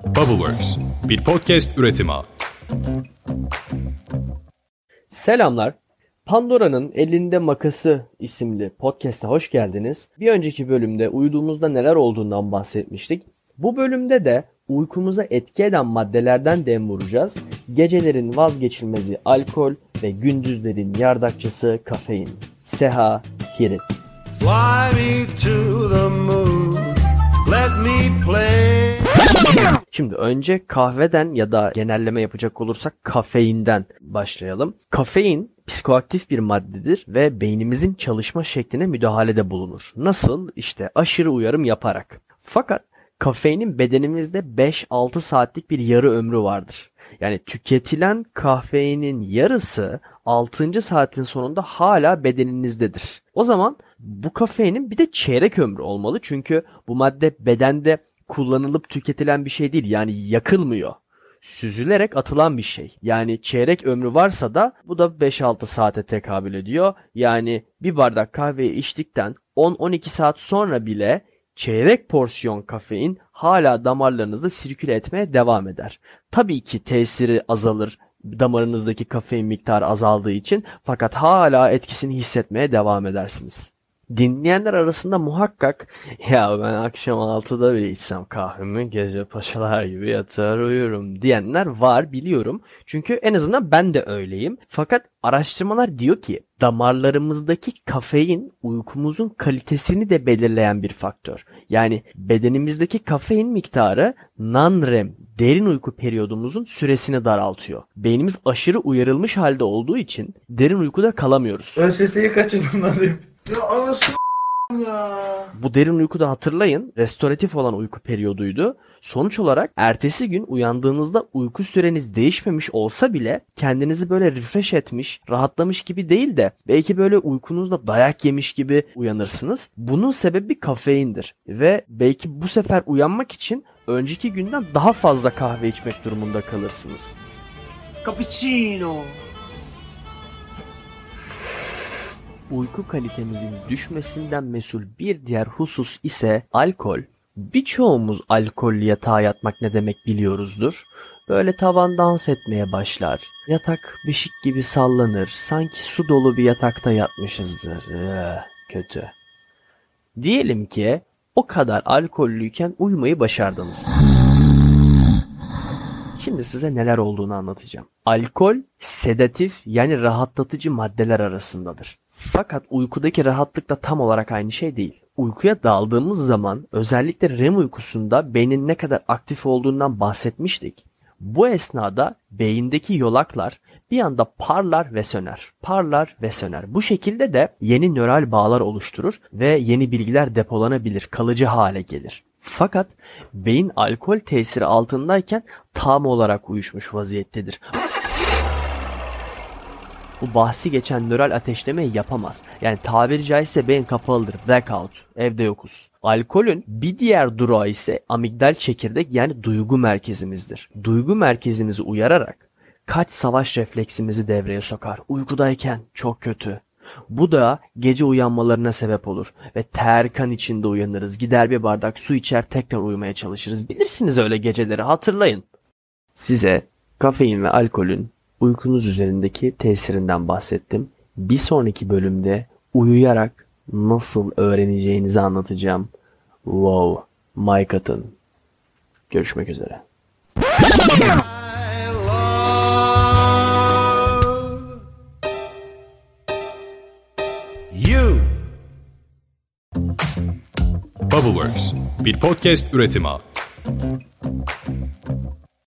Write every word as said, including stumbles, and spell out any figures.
Bubbleworks, bir podcast üretimi. Selamlar. Pandora'nın Elinde Makası isimli podcast'a hoş geldiniz. Bir önceki bölümde uyuduğumuzda neler olduğundan bahsetmiştik. Bu bölümde de uykumuza etki eden maddelerden dem vuracağız. Gecelerin vazgeçilmezi alkol ve gündüzlerin yardakçısı kafein. Seha Hirit. Fly me to the moon, let me play. Şimdi önce kahveden ya da genelleme yapacak olursak kafeinden başlayalım. Kafein psikoaktif bir maddedir ve beynimizin çalışma şekline müdahalede bulunur. Nasıl? İşte aşırı uyarım yaparak. Fakat kafeinin bedenimizde beş altı saatlik bir yarı ömrü vardır. Yani tüketilen kafeinin yarısı altıncı saatin sonunda hala bedeninizdedir. O zaman bu kafeinin bir de çeyrek ömrü olmalı. Çünkü bu madde bedende kullanılıp tüketilen bir şey değil. Yani yakılmıyor. Süzülerek atılan bir şey. Yani çeyrek ömrü varsa da bu da beş altı saate tekabül ediyor. Yani bir bardak kahveyi içtikten on on iki saat sonra bile çeyrek porsiyon kafein hala damarlarınızda sirküle etmeye devam eder. Tabii ki tesiri azalır damarınızdaki kafein miktarı azaldığı için, fakat hala etkisini hissetmeye devam edersiniz. Dinleyenler arasında muhakkak ya ben akşam altıda bile içsem kahvemi gece paşalar gibi yatar uyurum diyenler var, biliyorum. Çünkü en azından ben de öyleyim. Fakat araştırmalar diyor ki damarlarımızdaki kafein uykumuzun kalitesini de belirleyen bir faktör. Yani bedenimizdeki kafein miktarı non-R E M derin uyku periyodumuzun süresini daraltıyor. Beynimiz aşırı uyarılmış halde olduğu için derin uykuda kalamıyoruz. Ön sesini kaçırdım Nazif. Ya anasını ya. Bu derin uykuda hatırlayın restoratif olan uyku periyoduydu. Sonuç olarak ertesi gün uyandığınızda uyku süreniz değişmemiş olsa bile kendinizi böyle refresh etmiş, rahatlamış gibi değil de belki böyle uykunuzda dayak yemiş gibi uyanırsınız. Bunun sebebi kafeindir ve belki bu sefer uyanmak için önceki günden daha fazla kahve içmek durumunda kalırsınız. Cappuccino. Uyku kalitemizin düşmesinden mesul bir diğer husus ise alkol. Birçoğumuz alkollü yatağa yatmak ne demek biliyoruzdur. Böyle tavan dans etmeye başlar. Yatak beşik gibi sallanır. Sanki su dolu bir yatakta yatmışızdır. Ee, kötü. Diyelim ki o kadar alkollüyken uyumayı başardınız. Şimdi size neler olduğunu anlatacağım. Alkol sedatif yani rahatlatıcı maddeler arasındadır. Fakat uykudaki rahatlık da tam olarak aynı şey değil. Uykuya daldığımız zaman özellikle R E M uykusunda beynin ne kadar aktif olduğundan bahsetmiştik. Bu esnada beyindeki yolaklar bir anda parlar ve söner. Parlar ve söner. Bu şekilde de yeni nöral bağlar oluşturur ve yeni bilgiler depolanabilir, kalıcı hale gelir. Fakat beyin alkol tesiri altındayken tam olarak uyuşmuş vaziyettedir. Bu bahsi geçen nöral ateşlemeyi yapamaz. Yani tabiri caizse beyin kapalıdır. Blackout. Evde yokuz. Alkolün bir diğer durağı ise amigdal çekirdek yani duygu merkezimizdir. Duygu merkezimizi uyararak kaç savaş refleksimizi devreye sokar. Uykudayken çok kötü. Bu da gece uyanmalarına sebep olur ve ter kan içinde uyanırız. Gider bir bardak su içer tekrar uyumaya çalışırız. Bilirsiniz öyle geceleri, hatırlayın. Size kafein ve alkolün uykunuz üzerindeki tesirinden bahsettim. Bir sonraki bölümde uyuyarak nasıl öğreneceğinizi anlatacağım. Wow, Mike atın. Görüşmek üzere. You. Bubbleworks, bir podcast üretimi.